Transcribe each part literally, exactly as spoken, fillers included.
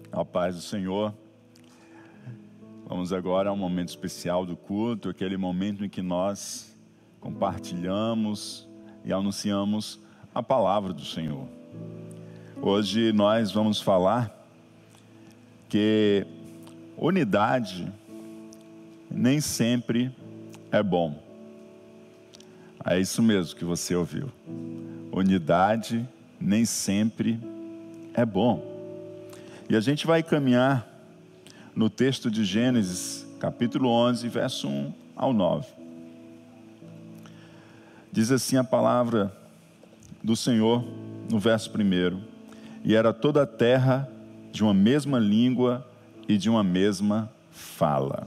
A paz do Senhor. Vamos agora a um momento especial do culto, aquele momento em que nós compartilhamos e anunciamos a palavra do Senhor. Hoje nós vamos falar que unidade nem sempre é bom. É isso mesmo que você ouviu. Unidade nem sempre é bom. E a gente vai caminhar no texto de Gênesis, capítulo onze, verso um ao nove. Diz assim a palavra do Senhor no verso primeiro: e era toda a terra de uma mesma língua e de uma mesma fala.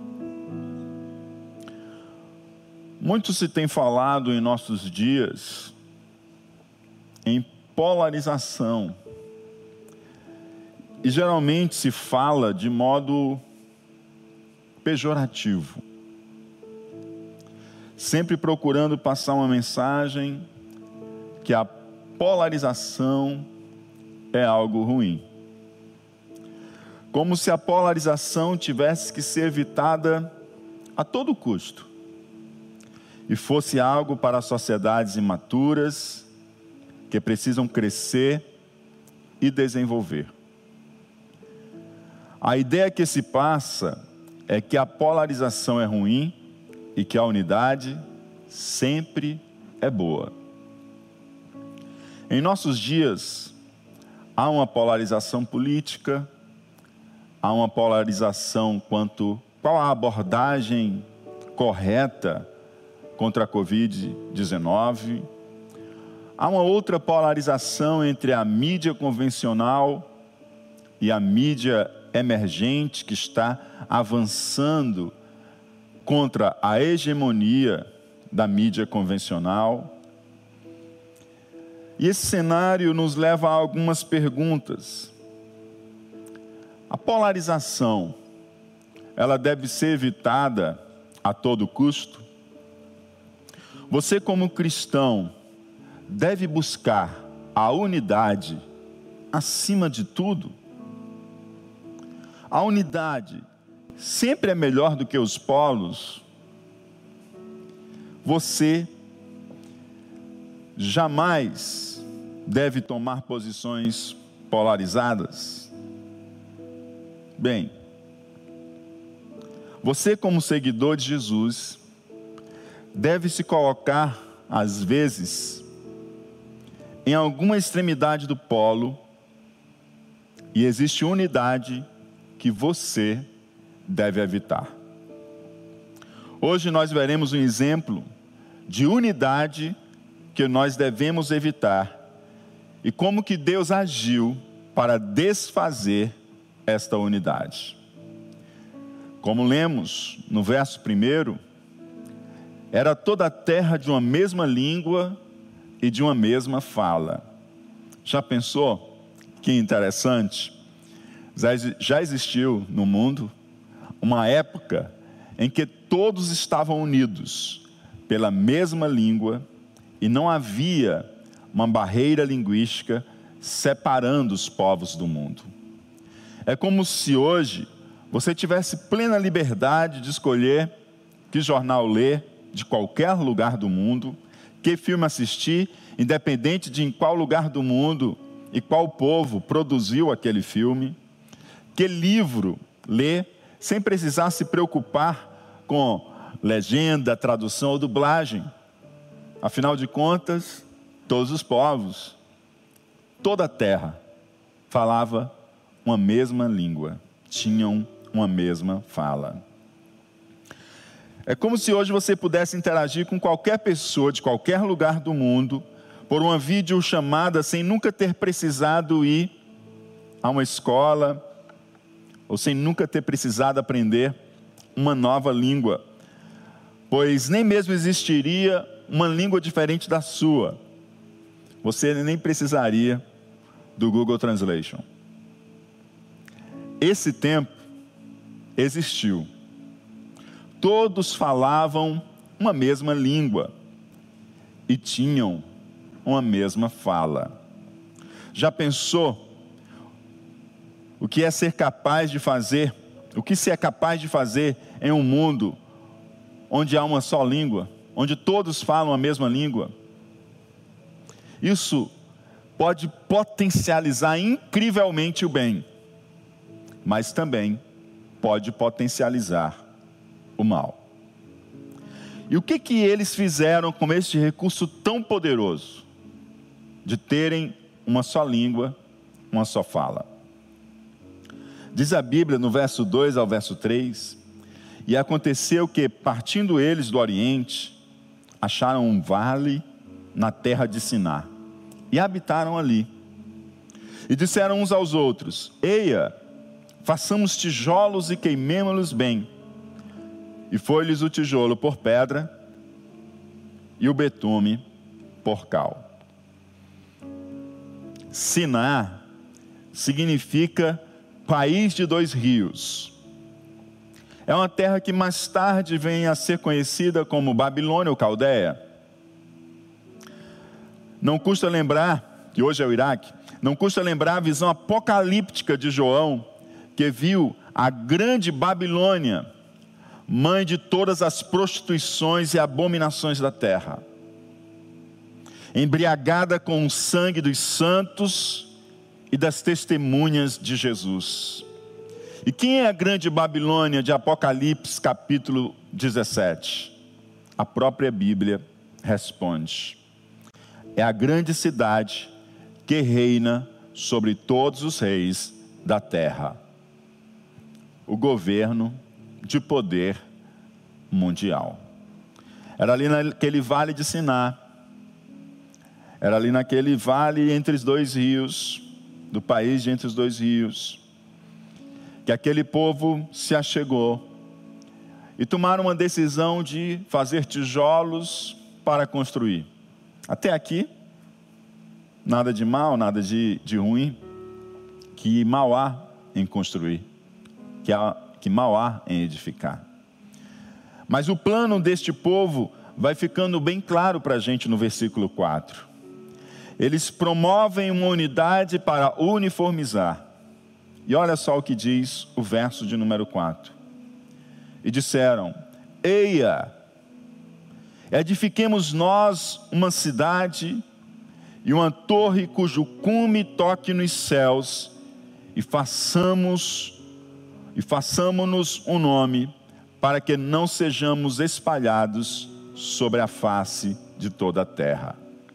Muito se tem falado em nossos dias em polarização. E geralmente se fala de modo pejorativo, sempre procurando passar uma mensagem que a polarização é algo ruim. Como se a polarização tivesse que ser evitada a todo custo e fosse algo para sociedades imaturas que precisam crescer e desenvolver. A ideia que se passa é que a polarização é ruim e que a unidade sempre é boa. Em nossos dias, há uma polarização política, há uma polarização quanto qual a abordagem correta contra a covid dezenove. Há uma outra polarização entre a mídia convencional e a mídia emergente que está avançando contra a hegemonia da mídia convencional. E esse cenário nos leva a algumas perguntas. A polarização, ela deve ser evitada a todo custo? Você, como cristão, deve buscar a unidade acima de tudo? A unidade sempre é melhor do que os polos? Você jamais deve tomar posições polarizadas? Bem, você, como seguidor de Jesus, deve se colocar, às vezes, em alguma extremidade do polo, e existe unidade que você deve evitar. Hoje nós veremos um exemplo de unidade que nós devemos evitar e como que Deus agiu para desfazer esta unidade. Como lemos no verso primeiro, era toda a terra de uma mesma língua e de uma mesma fala. Já pensou? Que interessante. Já existiu no mundo uma época em que todos estavam unidos pela mesma língua e não havia uma barreira linguística separando os povos do mundo. É como se hoje você tivesse plena liberdade de escolher que jornal ler de qualquer lugar do mundo, que filme assistir, independente de em qual lugar do mundo e qual povo produziu aquele filme, que livro ler, sem precisar se preocupar com legenda, tradução ou dublagem. Afinal de contas, todos os povos, toda a terra, falava uma mesma língua, tinham uma mesma fala. É como se hoje você pudesse interagir com qualquer pessoa de qualquer lugar do mundo por uma videochamada sem nunca ter precisado ir a uma escola ou sem nunca ter precisado aprender uma nova língua, pois nem mesmo existiria uma língua diferente da sua. Você nem precisaria do Google Translation. Esse tempo existiu. Todos falavam uma mesma língua e tinham uma mesma fala. Já pensou o que é ser capaz de fazer, o que se é capaz de fazer em um mundo onde há uma só língua, onde todos falam a mesma língua. Isso pode potencializar incrivelmente o bem, mas também pode potencializar o mal. E o que que eles fizeram com este recurso tão poderoso de terem uma só língua, uma só fala? Diz a Bíblia no verso dois ao verso três: e aconteceu que, partindo eles do Oriente, acharam um vale na terra de Siná, e habitaram ali. E disseram uns aos outros: eia, façamos tijolos e queimemo-los bem. E foi-lhes o tijolo por pedra, e o betume por cal. Siná significa país de dois rios. É uma terra que mais tarde vem a ser conhecida como Babilônia ou Caldeia. Não custa lembrar, que hoje é o Iraque, não custa lembrar a visão apocalíptica de João, que viu a grande Babilônia, mãe de todas as prostituições e abominações da terra, embriagada com o sangue dos santos e das testemunhas de Jesus. E quem é a grande Babilônia de Apocalipse capítulo dezessete? A própria Bíblia responde: é a grande cidade que reina sobre todos os reis da terra. O governo de poder mundial. Era ali naquele vale de Siná, era ali naquele vale entre os dois rios, do país de entre os dois rios, que aquele povo se achegou e tomaram uma decisão de fazer tijolos para construir. Até aqui, nada de mal, nada de, de ruim, que mal há em construir, que, há, que mal há em edificar. Mas o plano deste povo vai ficando bem claro para a gente no versículo quatro. Eles promovem uma unidade para uniformizar. E olha só o que diz o verso de número quatro. E disseram: eia, edifiquemos nós uma cidade e uma torre cujo cume toque nos céus, e façamos e façamo-nos um nome, para que não sejamos espalhados sobre a face de toda a terra.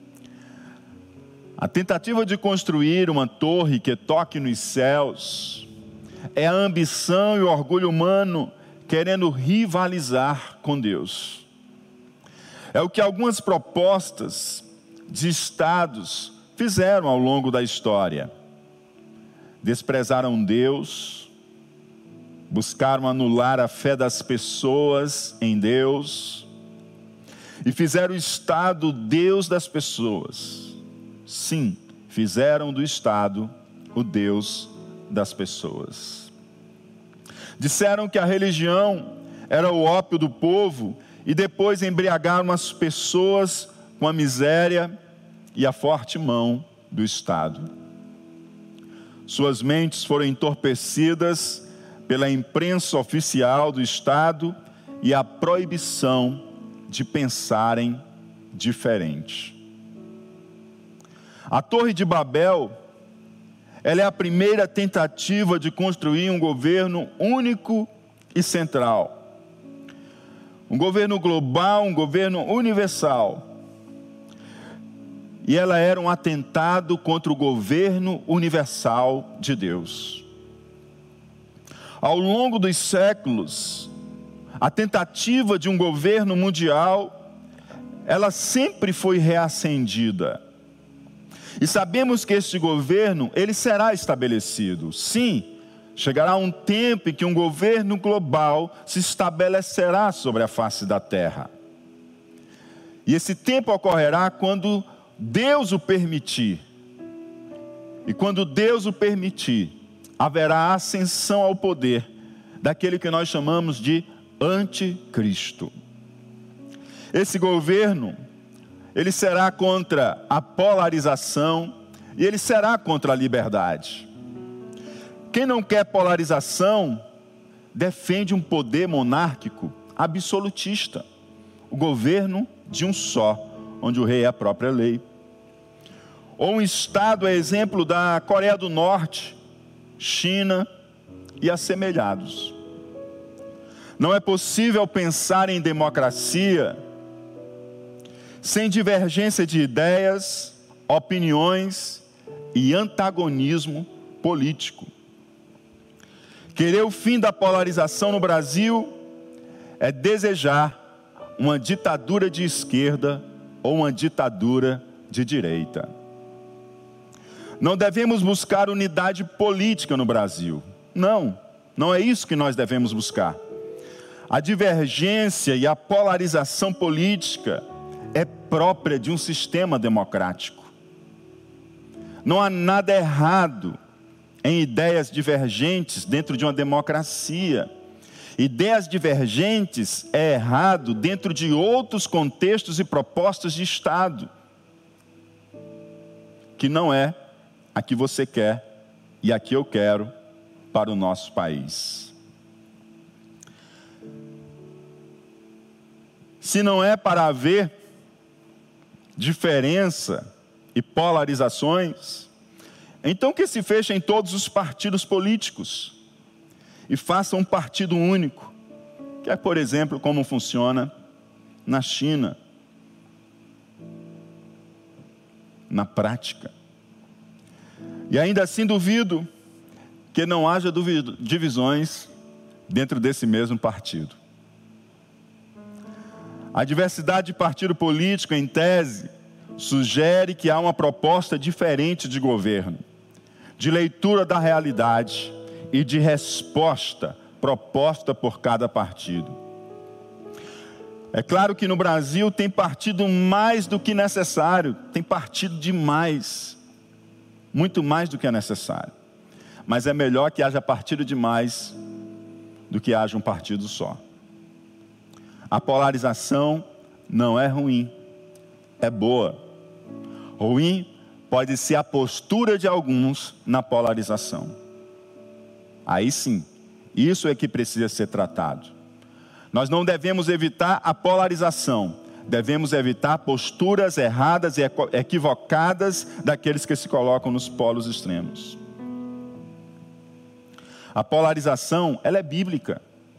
A tentativa de construir uma torre que toque nos céus é a ambição e o orgulho humano querendo rivalizar com Deus. É o que algumas propostas de estados fizeram ao longo da história. Desprezaram Deus, buscaram anular a fé das pessoas em Deus e fizeram o Estado Deus das pessoas. Sim, fizeram do Estado o Deus das pessoas. Disseram que a religião era o ópio do povo e depois embriagaram as pessoas com a miséria e a forte mão do Estado. Suas mentes foram entorpecidas pela imprensa oficial do Estado e a proibição de pensarem diferente. A Torre de Babel, ela é a primeira tentativa de construir um governo único e central. Um governo global, um governo universal. E ela era um atentado contra o governo universal de Deus. Ao longo dos séculos, a tentativa de um governo mundial, ela sempre foi reacendida. E sabemos que este governo, ele será estabelecido. Sim, chegará um tempo em que um governo global se estabelecerá sobre a face da terra. E esse tempo ocorrerá quando Deus o permitir. E quando Deus o permitir, haverá ascensão ao poder daquele que nós chamamos de anticristo. Esse governo, ele será contra a polarização e ele será contra a liberdade. Quem não quer polarização, defende um poder monárquico absolutista, o governo de um só, onde o rei é a própria lei. Ou um Estado, é exemplo da Coreia do Norte, China e assemelhados. Não é possível pensar em democracia sem divergência de ideias, opiniões e antagonismo político. Querer o fim da polarização no Brasil é desejar uma ditadura de esquerda ou uma ditadura de direita. Não devemos buscar unidade política no Brasil. Não, não é isso que nós devemos buscar. A divergência e a polarização política é própria de um sistema democrático. Não há nada errado em ideias divergentes dentro de uma democracia. Ideias divergentes é errado dentro de outros contextos e propostas de Estado, que não é a que você quer e a que eu quero para o nosso país. Se não é para haver diferença e polarizações, então que se fechem todos os partidos políticos e façam um partido único, que é, por exemplo, como funciona na China, na prática. E ainda assim duvido que não haja divisões dentro desse mesmo partido. A diversidade de partido político, em tese, sugere que há uma proposta diferente de governo, de leitura da realidade e de resposta proposta por cada partido. É claro que no Brasil tem partido mais do que necessário, tem partido demais, muito mais do que é necessário. Mas é melhor que haja partido demais do que haja um partido só. A polarização não é ruim, é boa. Ruim pode ser a postura de alguns na polarização. Aí sim, isso é que precisa ser tratado. Nós não devemos evitar a polarização, devemos evitar posturas erradas e equivocadas daqueles que se colocam nos polos extremos. A polarização, ela é bíblica.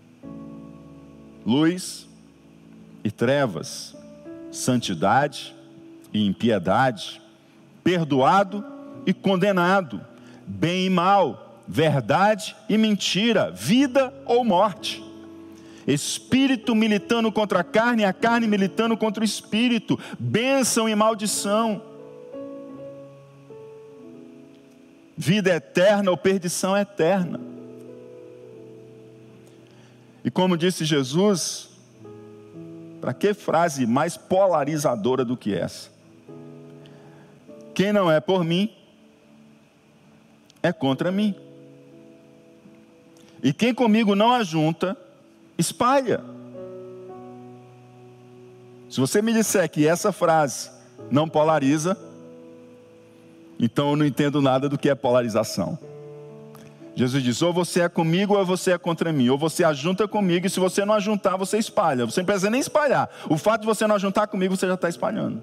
Luz e trevas, santidade e impiedade, perdoado e condenado, bem e mal, verdade e mentira, vida ou morte. Espírito militando contra a carne, a carne militando contra o espírito, bênção e maldição. Vida eterna ou perdição eterna. E como disse Jesus, para que frase mais polarizadora do que essa? Quem não é por mim, é contra mim. E quem comigo não ajunta, espalha. Se você me disser que essa frase não polariza, então eu não entendo nada do que é polarização. Jesus diz, ou você é comigo ou você é contra mim. Ou você ajunta comigo e se você não ajuntar, você espalha. Você não precisa nem espalhar. O fato de você não ajuntar comigo, você já está espalhando.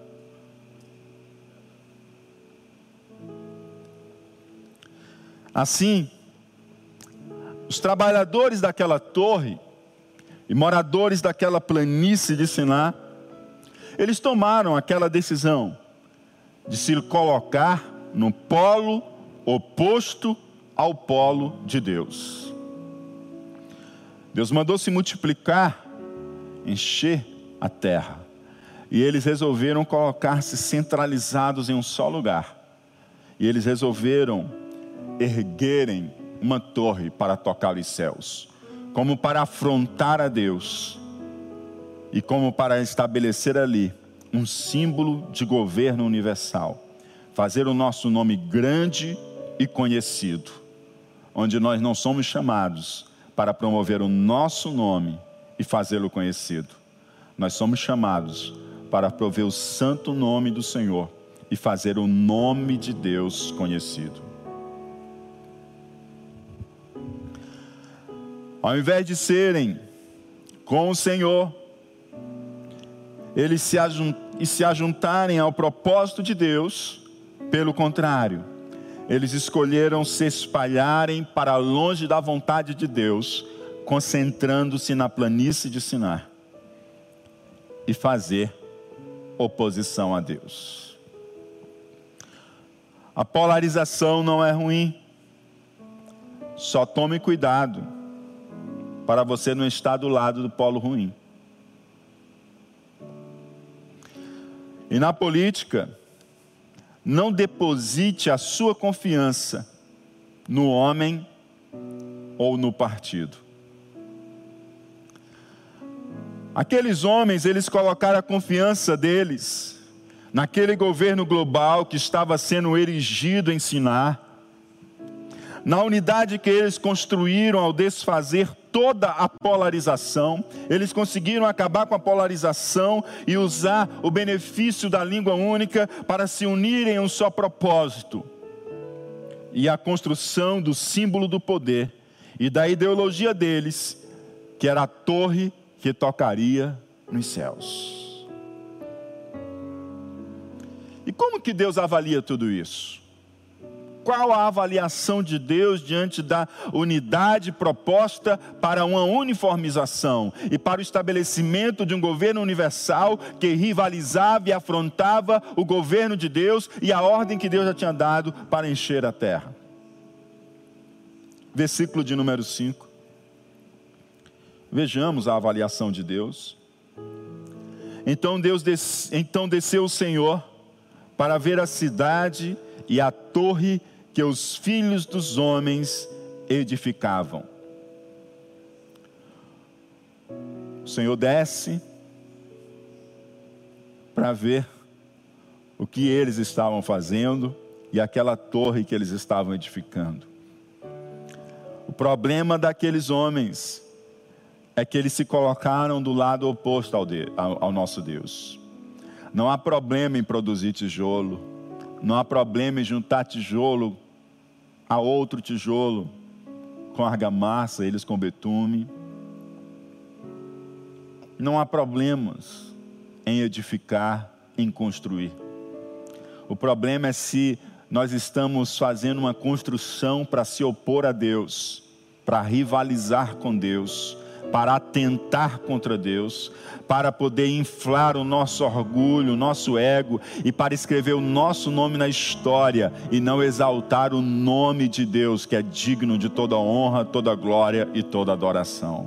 Assim, os trabalhadores daquela torre e moradores daquela planície de Siná, eles tomaram aquela decisão de se colocar no polo oposto ao polo de Deus. Deus mandou se multiplicar, encher a terra, e eles resolveram colocar-se centralizados em um só lugar, e eles resolveram erguerem uma torre para tocar os céus, como para afrontar a Deus, e como para estabelecer ali um símbolo de governo universal, fazer o nosso nome grande e conhecido, onde nós não somos chamados para promover o nosso nome e fazê-lo conhecido. Nós somos chamados para prover o santo nome do Senhor e fazer o nome de Deus conhecido. Ao invés de serem com o Senhor, eles se, ajunt, e se ajuntarem ao propósito de Deus, pelo contrário, eles escolheram se espalharem para longe da vontade de Deus, concentrando-se na planície de Sinar e fazer oposição a Deus. A polarização não é ruim, só tome cuidado para você não estar do lado do polo ruim. E na política, não deposite a sua confiança no homem ou no partido. Aqueles homens, eles colocaram a confiança deles naquele governo global que estava sendo erigido em Sinar, na unidade que eles construíram ao desfazer toda a polarização. Eles conseguiram acabar com a polarização e usar o benefício da língua única para se unirem em um só propósito. E a construção do símbolo do poder e da ideologia deles, que era a torre que tocaria nos céus. E como que Deus avalia tudo isso? Qual a avaliação de Deus diante da unidade proposta para uma uniformização e para o estabelecimento de um governo universal que rivalizava e afrontava o governo de Deus e a ordem que Deus já tinha dado para encher a terra? Versículo de número cinco. Vejamos a avaliação de Deus. Então, Deus des... então desceu o Senhor para ver a cidade e a torre que os filhos dos homens edificavam. O Senhor desce para ver o que eles estavam fazendo e aquela torre que eles estavam edificando. O problema daqueles homens é que eles se colocaram do lado oposto ao, de, ao, ao nosso Deus. Não há problema em produzir tijolo, não há problema em juntar tijolo a outro tijolo com argamassa, eles com betume. Não há problemas em edificar, em construir. O problema é se nós estamos fazendo uma construção para se opor a Deus, para rivalizar com Deus, para atentar contra Deus, para poder inflar o nosso orgulho, o nosso ego, e para escrever o nosso nome na história, e não exaltar o nome de Deus, que é digno de toda honra, toda glória e toda adoração.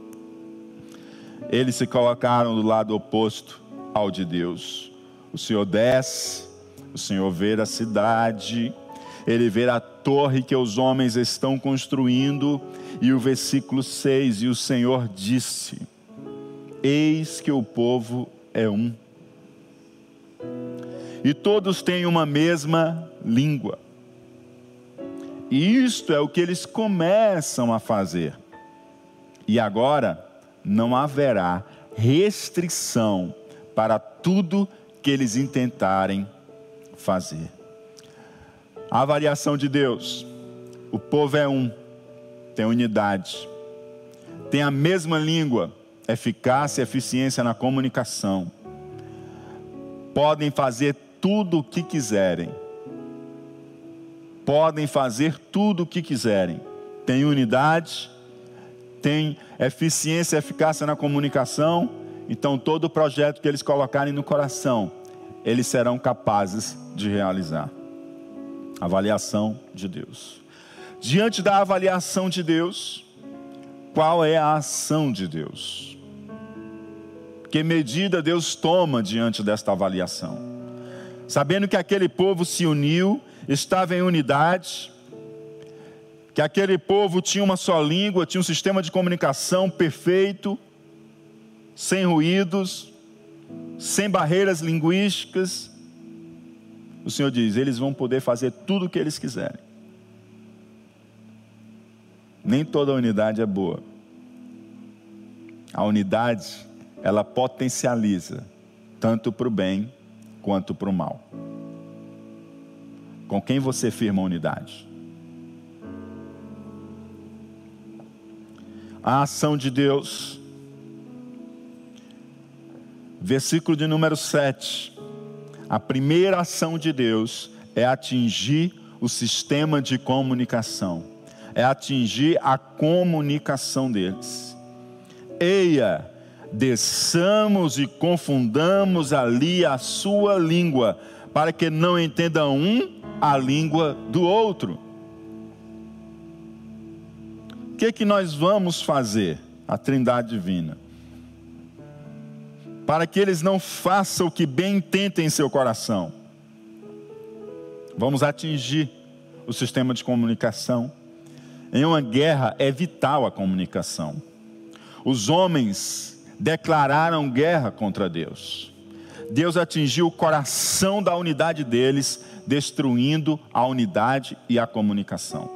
Eles se colocaram do lado oposto ao de Deus. O Senhor desce, o Senhor vê a cidade, Ele vê a torre que os homens estão construindo, e o versículo seis, e o Senhor disse: eis que o povo é um, e todos têm uma mesma língua. E isto é o que eles começam a fazer. E agora não haverá restrição para tudo que eles intentarem fazer. A avaliação de Deus: o povo é um, tem unidade, tem a mesma língua, eficácia e eficiência na comunicação, podem fazer tudo o que quiserem, podem fazer tudo o que quiserem, tem unidade, tem eficiência e eficácia na comunicação. Então todo projeto que eles colocarem no coração, eles serão capazes de realizar. Avaliação de Deus. Diante da avaliação de Deus, qual é a ação de Deus? Que medida Deus toma diante desta avaliação? Sabendo que aquele povo se uniu, estava em unidade, que aquele povo tinha uma só língua, tinha um sistema de comunicação perfeito, sem ruídos, sem barreiras linguísticas. O Senhor diz: eles vão poder fazer tudo o que eles quiserem. Nem toda unidade é boa. A unidade, ela potencializa tanto para o bem quanto para o mal. Com quem você firma a unidade? a ação de Deus. Versículo de número sete. A primeira ação de Deus é atingir o sistema de comunicação. É atingir a comunicação deles. Eia, desçamos e confundamos ali a sua língua, para que não entenda um a língua do outro. O que que nós vamos fazer, a Trindade Divina? Para que eles não façam o que bem intentem em seu coração. Vamos atingir o sistema de comunicação. Em uma guerra é vital a comunicação. Os homens declararam guerra contra Deus. Deus atingiu o coração da unidade deles, destruindo a unidade e a comunicação.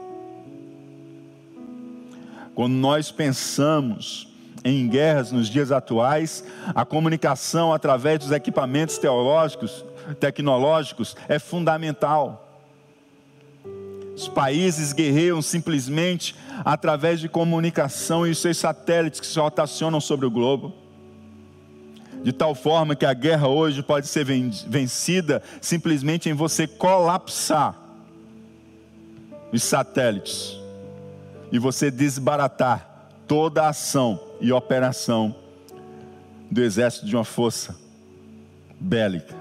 Quando nós pensamos em guerras nos dias atuais, a comunicação através dos equipamentos teológicos, tecnológicos é fundamental. Os países guerreiam simplesmente através de comunicação e os seus satélites que se rotacionam sobre o globo. De tal forma que a guerra hoje pode ser vencida simplesmente em você colapsar os satélites e você desbaratar toda a ação e operação do exército de uma força bélica.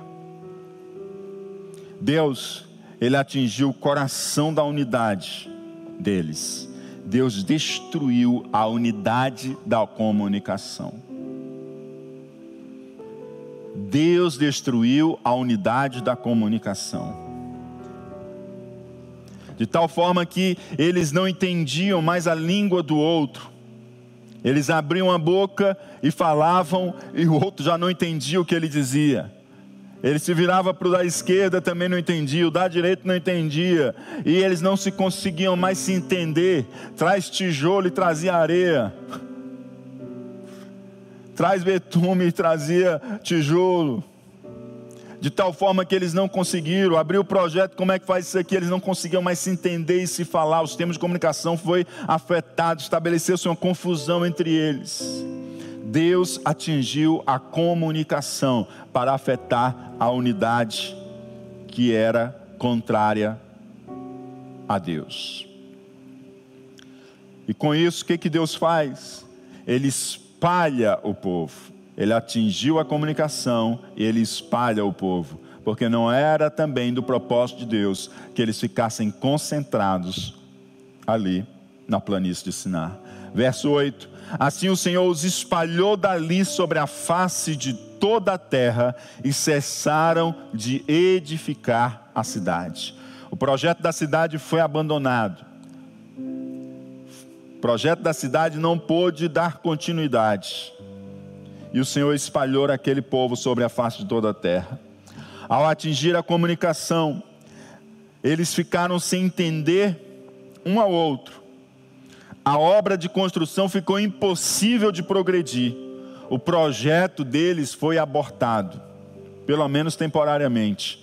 Deus, Ele atingiu o coração da unidade deles. Deus destruiu a unidade da comunicação. Deus destruiu a unidade da comunicação. De tal forma que eles não entendiam mais a língua do outro. Eles abriam a boca e falavam, e o outro já não entendia o que ele dizia. Ele se virava para o da esquerda, também não entendia, o da direita não entendia, e eles não se conseguiam mais se entender. Traz tijolo e trazia areia, traz betume e trazia tijolo. De tal forma que eles não conseguiram abrir o projeto, como é que faz isso aqui? Eles não conseguiam mais se entender e se falar. O sistema de comunicação foi afetado, estabeleceu-se uma confusão entre eles. Deus atingiu a comunicação para afetar a unidade que era contrária a Deus. E com isso, o que que Deus faz? Ele espalha o povo. Ele atingiu a comunicação e ele espalha o povo, porque não era também do propósito de Deus que eles ficassem concentrados ali na planície de Siná. Verso oito: assim o Senhor os espalhou dali sobre a face de toda a terra e cessaram de edificar a cidade. O projeto da cidade foi abandonado. O projeto da cidade não pôde dar continuidade. E o Senhor espalhou aquele povo sobre a face de toda a terra. Ao atingir a comunicação, eles ficaram sem entender um ao outro. A obra de construção ficou impossível de progredir. O projeto deles foi abortado, pelo menos temporariamente.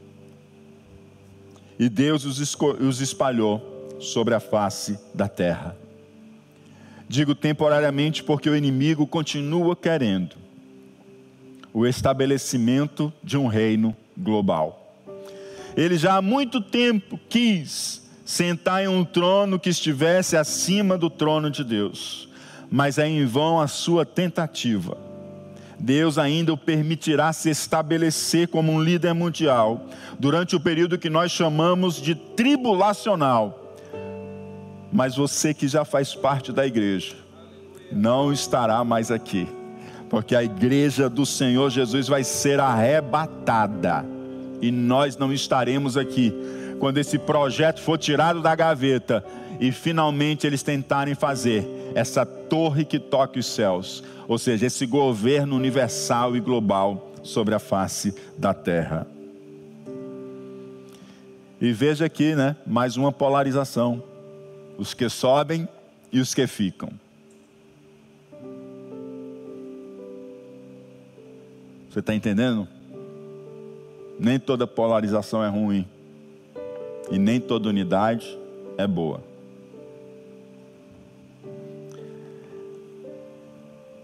E Deus os, esco- os espalhou sobre a face da terra. Digo temporariamente porque o inimigo continua querendo o estabelecimento de um reino global. Ele já há muito tempo quis sentar em um trono que estivesse acima do trono de Deus, mas é em vão a sua tentativa. Deus ainda o permitirá se estabelecer como um líder mundial durante o período que nós chamamos de tribulacional. Mas você que já faz parte da igreja, não estará mais aqui, porque a igreja do Senhor Jesus vai ser arrebatada, e nós não estaremos aqui, quando esse projeto for tirado da gaveta, e finalmente eles tentarem fazer essa torre que toque os céus, ou seja, esse governo universal e global sobre a face da terra. E veja aqui, né, mais uma polarização. Os que sobem e os que ficam. Você está entendendo? Nem toda polarização é ruim. E nem toda unidade é boa.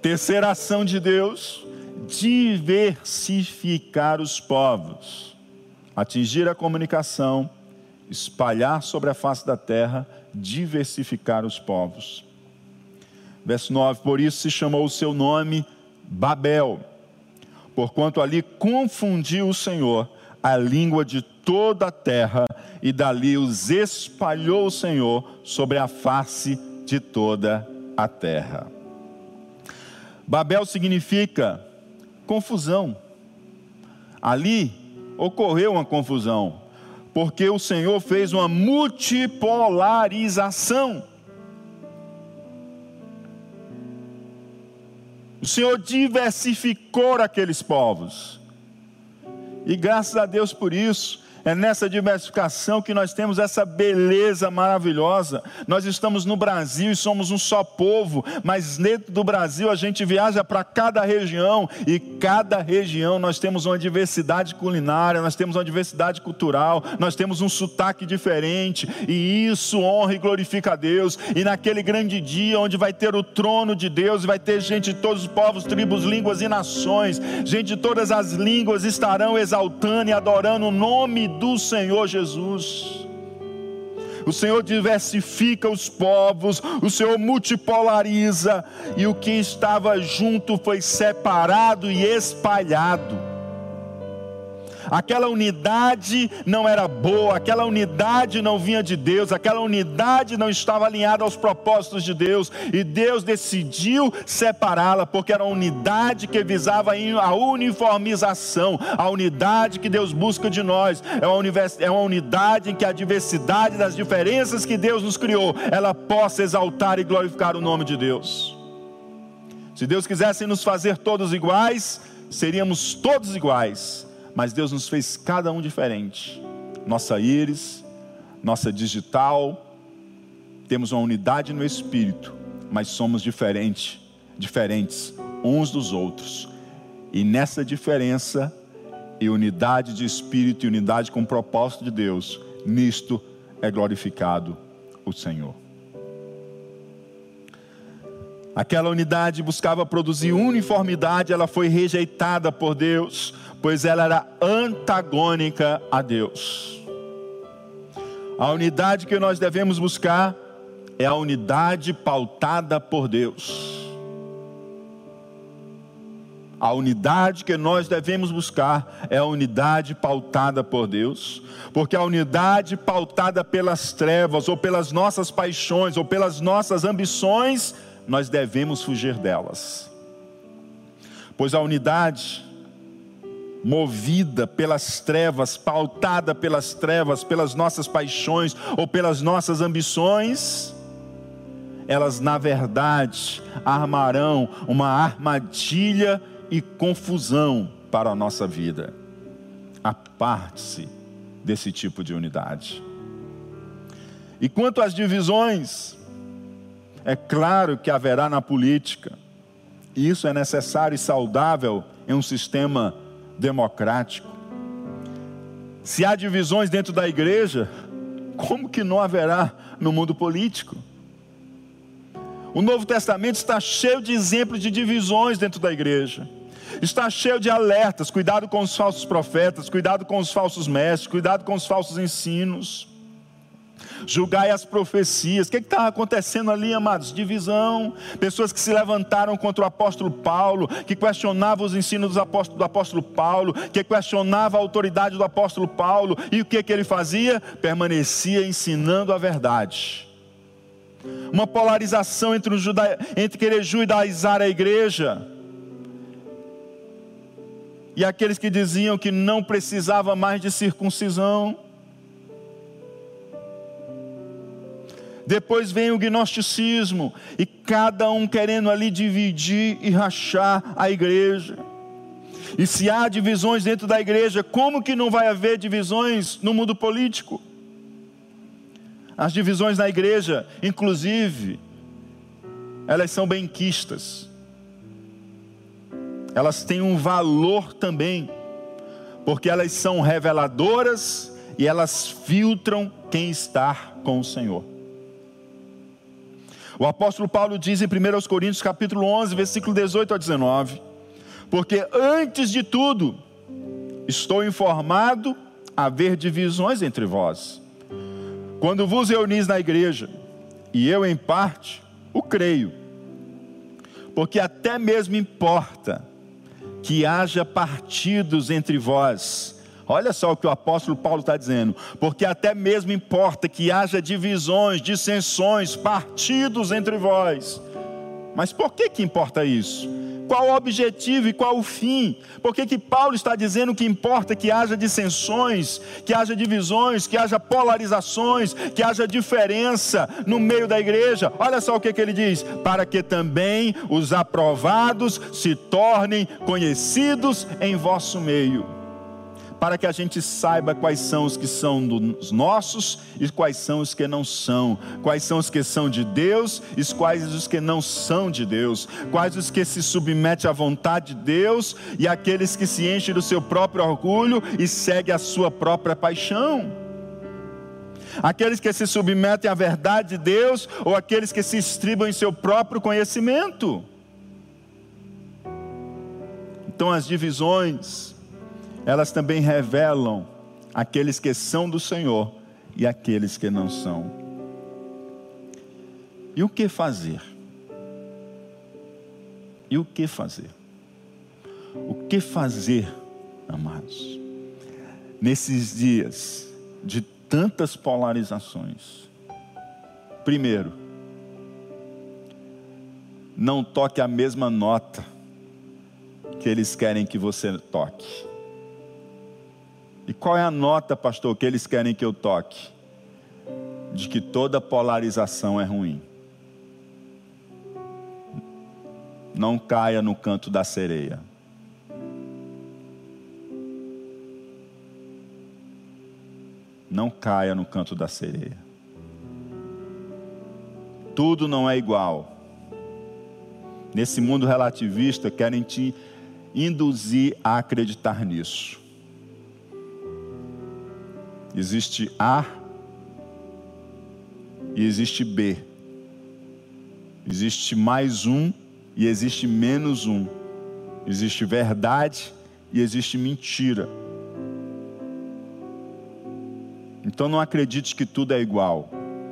Terceira ação de Deus: diversificar os povos, atingir a comunicação, espalhar sobre a face da terra, diversificar os povos. Verso nove: por isso se chamou o seu nome Babel, porquanto ali confundiu o Senhor a língua de toda a terra, e dali os espalhou o Senhor sobre a face de toda a terra. Babel significa confusão. Ali ocorreu uma confusão, porque o Senhor fez uma multipolarização. O Senhor diversificou aqueles povos. E graças a Deus por isso. É nessa diversificação que nós temos essa beleza maravilhosa. Nós estamos no Brasil e somos um só povo, mas dentro do Brasil a gente viaja para cada região, e cada região nós temos uma diversidade culinária, nós temos uma diversidade cultural, nós temos um sotaque diferente, e isso honra e glorifica a Deus. E naquele grande dia onde vai ter o trono de Deus, vai ter gente de todos os povos, tribos, línguas e nações, gente de todas as línguas estarão exaltando e adorando o nome do Senhor Jesus. O Senhor diversifica os povos, o Senhor multipolariza, e o que estava junto foi separado e espalhado. Aquela unidade não era boa, aquela unidade não vinha de Deus, aquela unidade não estava alinhada aos propósitos de Deus, e Deus decidiu separá-la, porque era uma unidade que visava a uniformização. A unidade que Deus busca de nós é uma, univers... é uma unidade em que a diversidade das diferenças que Deus nos criou, ela possa exaltar e glorificar o nome de Deus. Se Deus quisesse nos fazer todos iguais, seríamos todos iguais. Mas Deus nos fez cada um diferente. Nossa íris, nossa digital, temos uma unidade no Espírito, mas somos diferentes, diferentes uns dos outros. E nessa diferença e unidade de Espírito e unidade com o propósito de Deus, nisto é glorificado o Senhor. Aquela unidade buscava produzir uniformidade, ela foi rejeitada por Deus, pois ela era antagônica a Deus. A unidade que nós devemos buscar é a unidade pautada por Deus. A unidade que nós devemos buscar é a unidade pautada por Deus, porque a unidade pautada pelas trevas, ou pelas nossas paixões, ou pelas nossas ambições, nós devemos fugir delas. Pois a unidade movida pelas trevas, pautada pelas trevas, pelas nossas paixões ou pelas nossas ambições, elas na verdade armarão uma armadilha e confusão para a nossa vida. Aparte-se desse tipo de unidade. E quanto às divisões, é claro que haverá na política. E isso é necessário e saudável em um sistema democrático. Se há divisões dentro da igreja, como que não haverá no mundo político? O Novo Testamento está cheio de exemplos de divisões dentro da igreja. Está cheio de alertas: cuidado com os falsos profetas, cuidado com os falsos mestres, cuidado com os falsos ensinos. Julgai as profecias. O que está acontecendo ali, amados? Divisão. Pessoas que se levantaram contra o apóstolo Paulo, que questionavam os ensinos do apóstolo, do apóstolo Paulo, que questionavam a autoridade do apóstolo Paulo. E o que, que ele fazia? Permanecia ensinando a verdade. Uma polarização entre, o juda... entre querer judaizar a igreja e aqueles que diziam que não precisava mais de circuncisão. Depois vem o gnosticismo, e cada um querendo ali dividir e rachar a igreja. E se há divisões dentro da igreja, como que não vai haver divisões no mundo político? As divisões na igreja, inclusive, elas são benquistas. Elas têm um valor também, porque elas são reveladoras e elas filtram quem está com o Senhor. O apóstolo Paulo diz em primeira Coríntios capítulo onze, versículo dezoito a dezenove: porque antes de tudo, estou informado haver divisões entre vós, quando vos reunis na igreja, e eu em parte o creio, porque até mesmo importa que haja partidos entre vós. Olha só o que o apóstolo Paulo está dizendo: porque até mesmo importa que haja divisões, dissensões, partidos entre vós. Mas por que que importa isso? Qual o objetivo e qual o fim? Por que que Paulo está dizendo que importa que haja dissensões, que haja divisões, que haja polarizações, que haja diferença no meio da igreja? Olha só o que que ele diz: para que também os aprovados se tornem conhecidos em vosso meio. Para que a gente saiba quais são os que são dos nossos e quais são os que não são. Quais são os que são de Deus e quais os que não são de Deus. Quais os que se submetem à vontade de Deus e aqueles que se enchem do seu próprio orgulho e seguem a sua própria paixão. Aqueles que se submetem à verdade de Deus ou aqueles que se estribam em seu próprio conhecimento. Então as divisões, elas também revelam aqueles que são do Senhor e aqueles que não são. E o que fazer? E o que fazer? O que fazer, amados, nesses dias de tantas polarizações? Primeiro, não toque a mesma nota que eles querem que você toque. E qual é a nota, pastor, que eles querem que eu toque? De que toda polarização é ruim. Não caia no canto da sereia. Não caia no canto da sereia. Tudo não é igual. Nesse mundo relativista, querem te induzir a acreditar nisso. Existe A e existe B. Existe mais um e existe menos um. Existe verdade e existe mentira. Então não acredite que tudo é igual.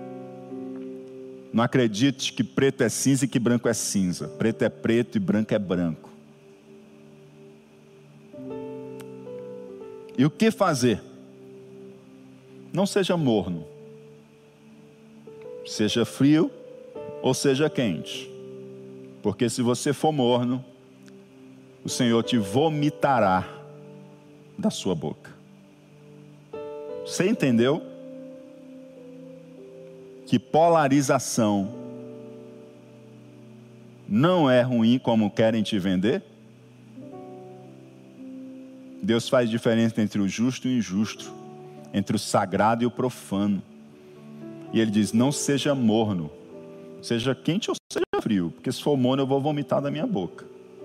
Não acredite que preto é cinza e que branco é cinza. Preto é preto e branco é branco. E o que fazer? Não seja morno, seja frio ou seja quente, porque se você for morno, o Senhor te vomitará da sua boca. Você entendeu? Que polarização não é ruim como querem te vender? Deus faz diferença entre o justo e o injusto, entre o sagrado e o profano. E ele diz: não seja morno, seja quente ou seja frio, porque se for morno eu vou vomitar da minha boca.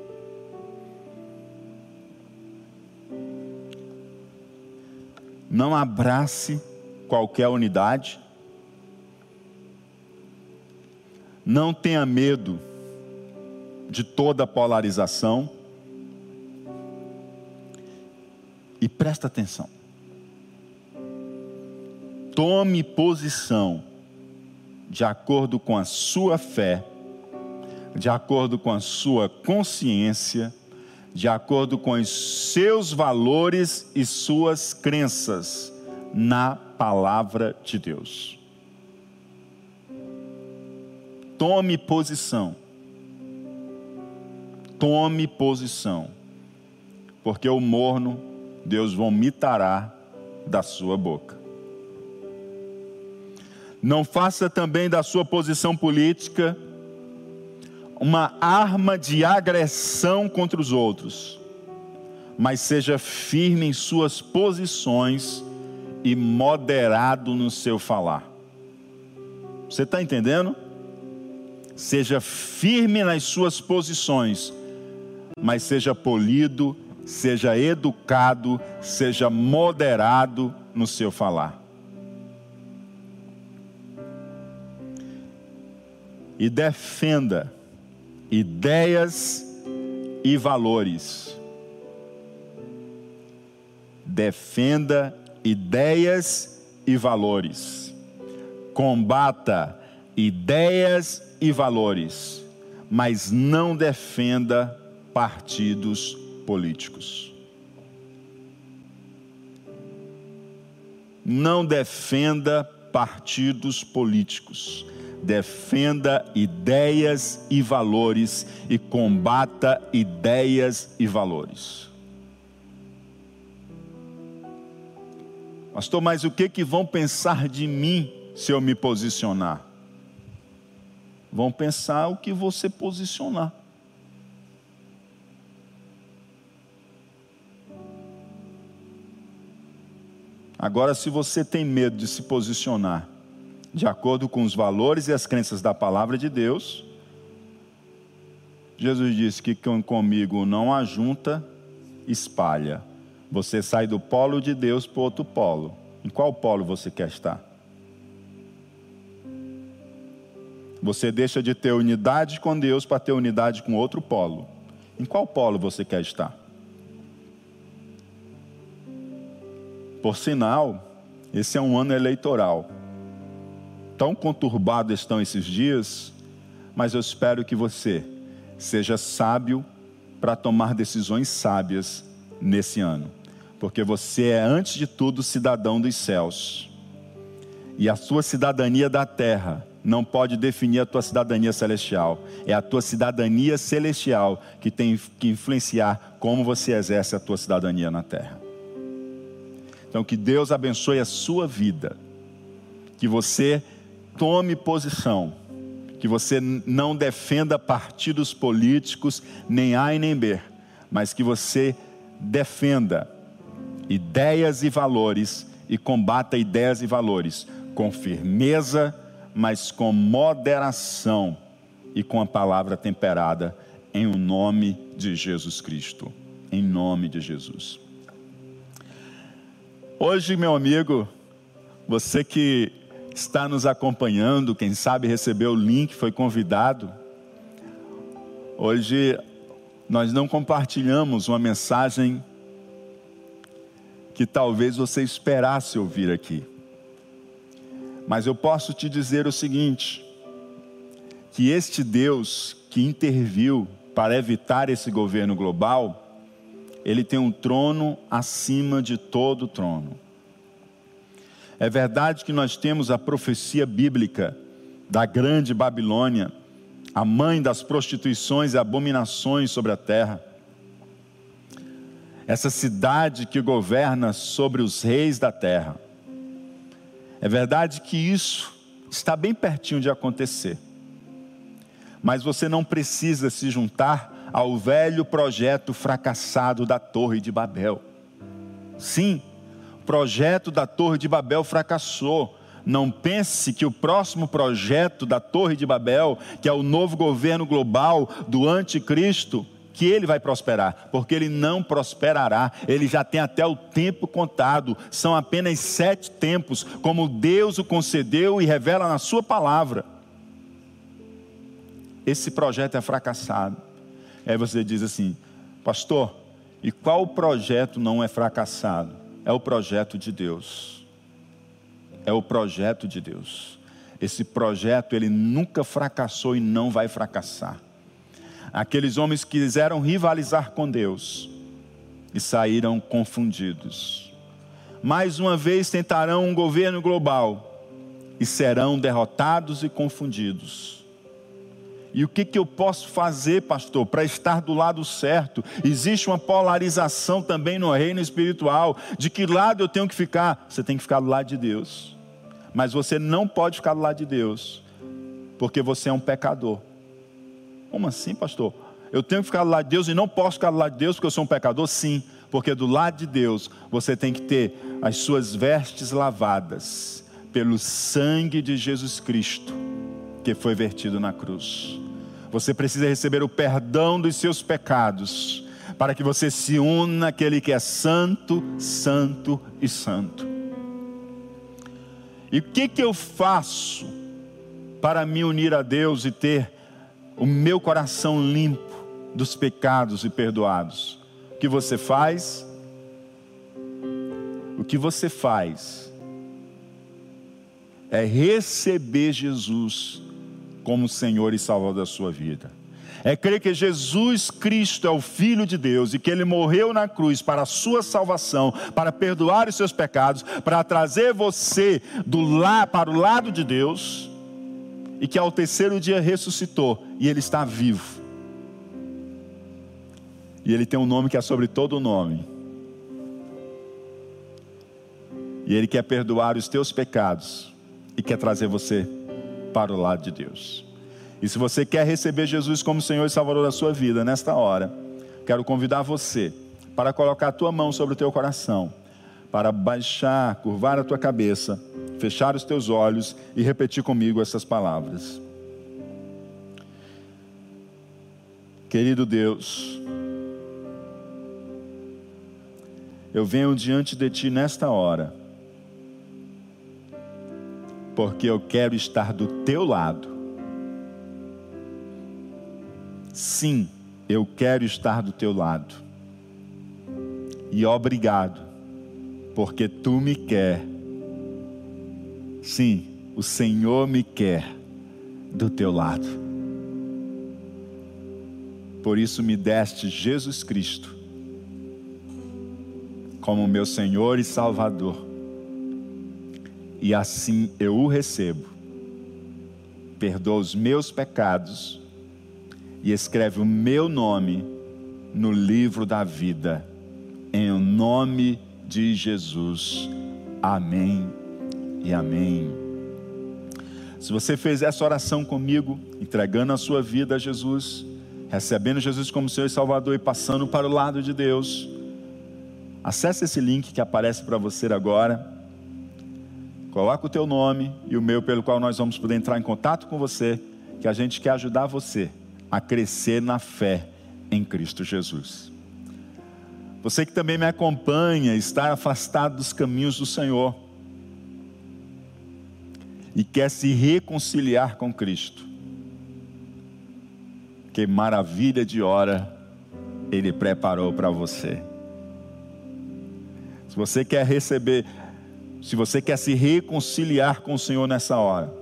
Não abrace qualquer unidade. Não tenha medo de toda polarização. E presta atenção. Tome posição de acordo com a sua fé, de acordo com a sua consciência, de acordo com os seus valores e suas crenças na palavra de Deus. Tome posição. Tome posição. Porque o morno Deus vomitará da sua boca. Não faça também da sua posição política uma arma de agressão contra os outros, mas seja firme em suas posições e moderado no seu falar. Você está entendendo? Seja firme nas suas posições, mas seja polido, seja educado, seja moderado no seu falar. e defenda ideias e valores. Defenda ideias e valores. Combata ideias e valores, mas não defenda partidos políticos. Não defenda partidos políticos. Defenda ideias e valores e combata ideias e valores. Pastor, mas o que que vão pensar de mim se eu me posicionar? Vão pensar o que você posicionar. Agora, se você tem medo de se posicionar de acordo com os valores e as crenças da palavra de Deus, Jesus disse que quem comigo não ajunta, espalha. Você sai do polo de Deus para outro polo. Em qual polo você quer estar? Você deixa de ter unidade com Deus para ter unidade com outro polo. Em qual polo você quer estar? Por sinal, esse é um ano eleitoral. Tão conturbados estão esses dias, mas eu espero que você seja sábio para tomar decisões sábias nesse ano. Porque você é, antes de tudo, cidadão dos céus. E a sua cidadania da terra não pode definir a tua cidadania celestial. É a tua cidadania celestial que tem que influenciar como você exerce a tua cidadania na terra. Então, que Deus abençoe a sua vida. Que você tome posição. Que você não defenda partidos políticos, nem A e nem B. Mas que você defenda ideias e valores e combata ideias e valores com firmeza, mas com moderação e com a palavra temperada, em o nome de Jesus Cristo. Em nome de Jesus. Hoje, meu amigo, você que está nos acompanhando, quem sabe recebeu o link, foi convidado. Hoje nós não compartilhamos uma mensagem que talvez você esperasse ouvir aqui. Mas eu posso te dizer o seguinte, que este Deus que interviu para evitar esse governo global, Ele tem um trono acima de todo trono. É verdade que nós temos a profecia bíblica da grande Babilônia, a mãe das prostituições e abominações sobre a terra. Essa cidade que governa sobre os reis da terra. É verdade que isso está bem pertinho de acontecer. Mas você não precisa se juntar ao velho projeto fracassado da Torre de Babel. Sim, o projeto da Torre de Babel fracassou. Não pense que o próximo projeto da Torre de Babel, que é o novo governo global do anticristo, que ele vai prosperar, porque ele não prosperará. Ele já tem até o tempo contado. São apenas sete tempos, como Deus o concedeu e revela na sua palavra. Esse projeto é fracassado. Aí você diz assim, pastor, e qual projeto não é fracassado? É o projeto de Deus. É o projeto de Deus. Esse projeto, ele nunca fracassou e não vai fracassar. Aqueles homens que quiseram rivalizar com Deus e saíram confundidos. Mais uma vez tentarão um governo global e serão derrotados e confundidos. E o que, que eu posso fazer, pastor, para estar do lado certo? Existe uma polarização também no reino espiritual. De que lado eu tenho que ficar? Você tem que ficar do lado de Deus. Mas você não pode ficar do lado de Deus, porque você é um pecador. Como assim, pastor? Eu tenho que ficar do lado de Deus e não posso ficar do lado de Deus porque eu sou um pecador? Sim, porque do lado de Deus você tem que ter as suas vestes lavadas pelo sangue de Jesus Cristo, que foi vertido na cruz. Você precisa receber o perdão dos seus pecados, para que você se una àquele que é santo, santo e santo. E o que que eu faço para me unir a Deus e ter o meu coração limpo dos pecados e perdoados. O que você faz? O que você faz é receber Jesus como Senhor e Salvador da sua vida. É crer que Jesus Cristo é o Filho de Deus e que Ele morreu na cruz para a sua salvação, para perdoar os seus pecados, para trazer você do lá, para o lado de Deus, e que ao terceiro dia ressuscitou e Ele está vivo. E Ele tem um nome que é sobre todo nome. E Ele quer perdoar os teus pecados e quer trazer você para o lado de Deus. E se você quer receber Jesus como Senhor e Salvador da sua vida, nesta hora, quero convidar você para colocar a tua mão sobre o teu coração, para baixar, curvar a tua cabeça, fechar os teus olhos e repetir comigo essas palavras. Querido Deus, eu venho diante de Ti nesta hora, porque eu quero estar do Teu lado. Sim, eu quero estar do Teu lado. E obrigado, porque Tu me quer. Sim, o Senhor me quer do Teu lado. Por isso me deste Jesus Cristo como meu Senhor e Salvador. E assim eu o recebo. Perdoa os meus pecados e escreve o meu nome no livro da vida. Em nome de Jesus. Amém e amém. Se você fez essa oração comigo, entregando a sua vida a Jesus, recebendo Jesus como Senhor e Salvador e passando para o lado de Deus, acesse esse link que aparece para você agora. Coloca o teu nome e o meu, pelo qual nós vamos poder entrar em contato com você, que a gente quer ajudar você a crescer na fé em Cristo Jesus. Você que também me acompanha, está afastado dos caminhos do Senhor e quer se reconciliar com Cristo, que maravilha de hora Ele preparou para você. Se você quer receber, se você quer se reconciliar com o Senhor nessa hora,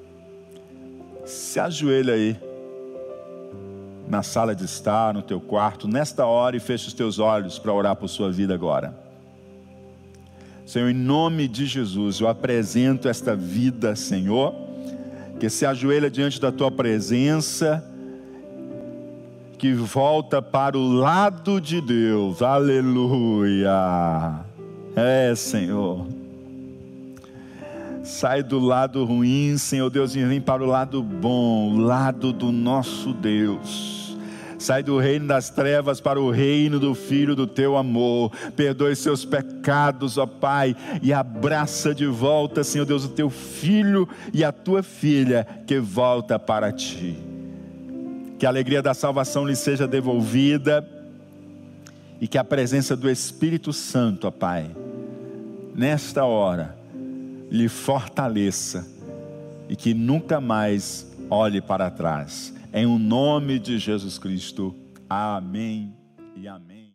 se ajoelha aí, na sala de estar, no teu quarto, nesta hora, e feche os teus olhos para orar por sua vida agora. Senhor, em nome de Jesus, eu apresento esta vida, Senhor, que se ajoelha diante da tua presença, que volta para o lado de Deus. Aleluia. É, Senhor. Sai do lado ruim, Senhor Deus, e vem para o lado bom, o lado do nosso Deus. Sai do reino das trevas para o reino do Filho do Teu amor. Perdoe seus pecados, ó Pai, e abraça de volta, Senhor Deus, o Teu Filho e a Tua Filha, que volta para Ti. Que a alegria da salvação lhe seja devolvida, e que a presença do Espírito Santo, ó Pai, nesta hora, lhe fortaleça, e que nunca mais olhe para trás. Em o nome de Jesus Cristo. Amém e amém.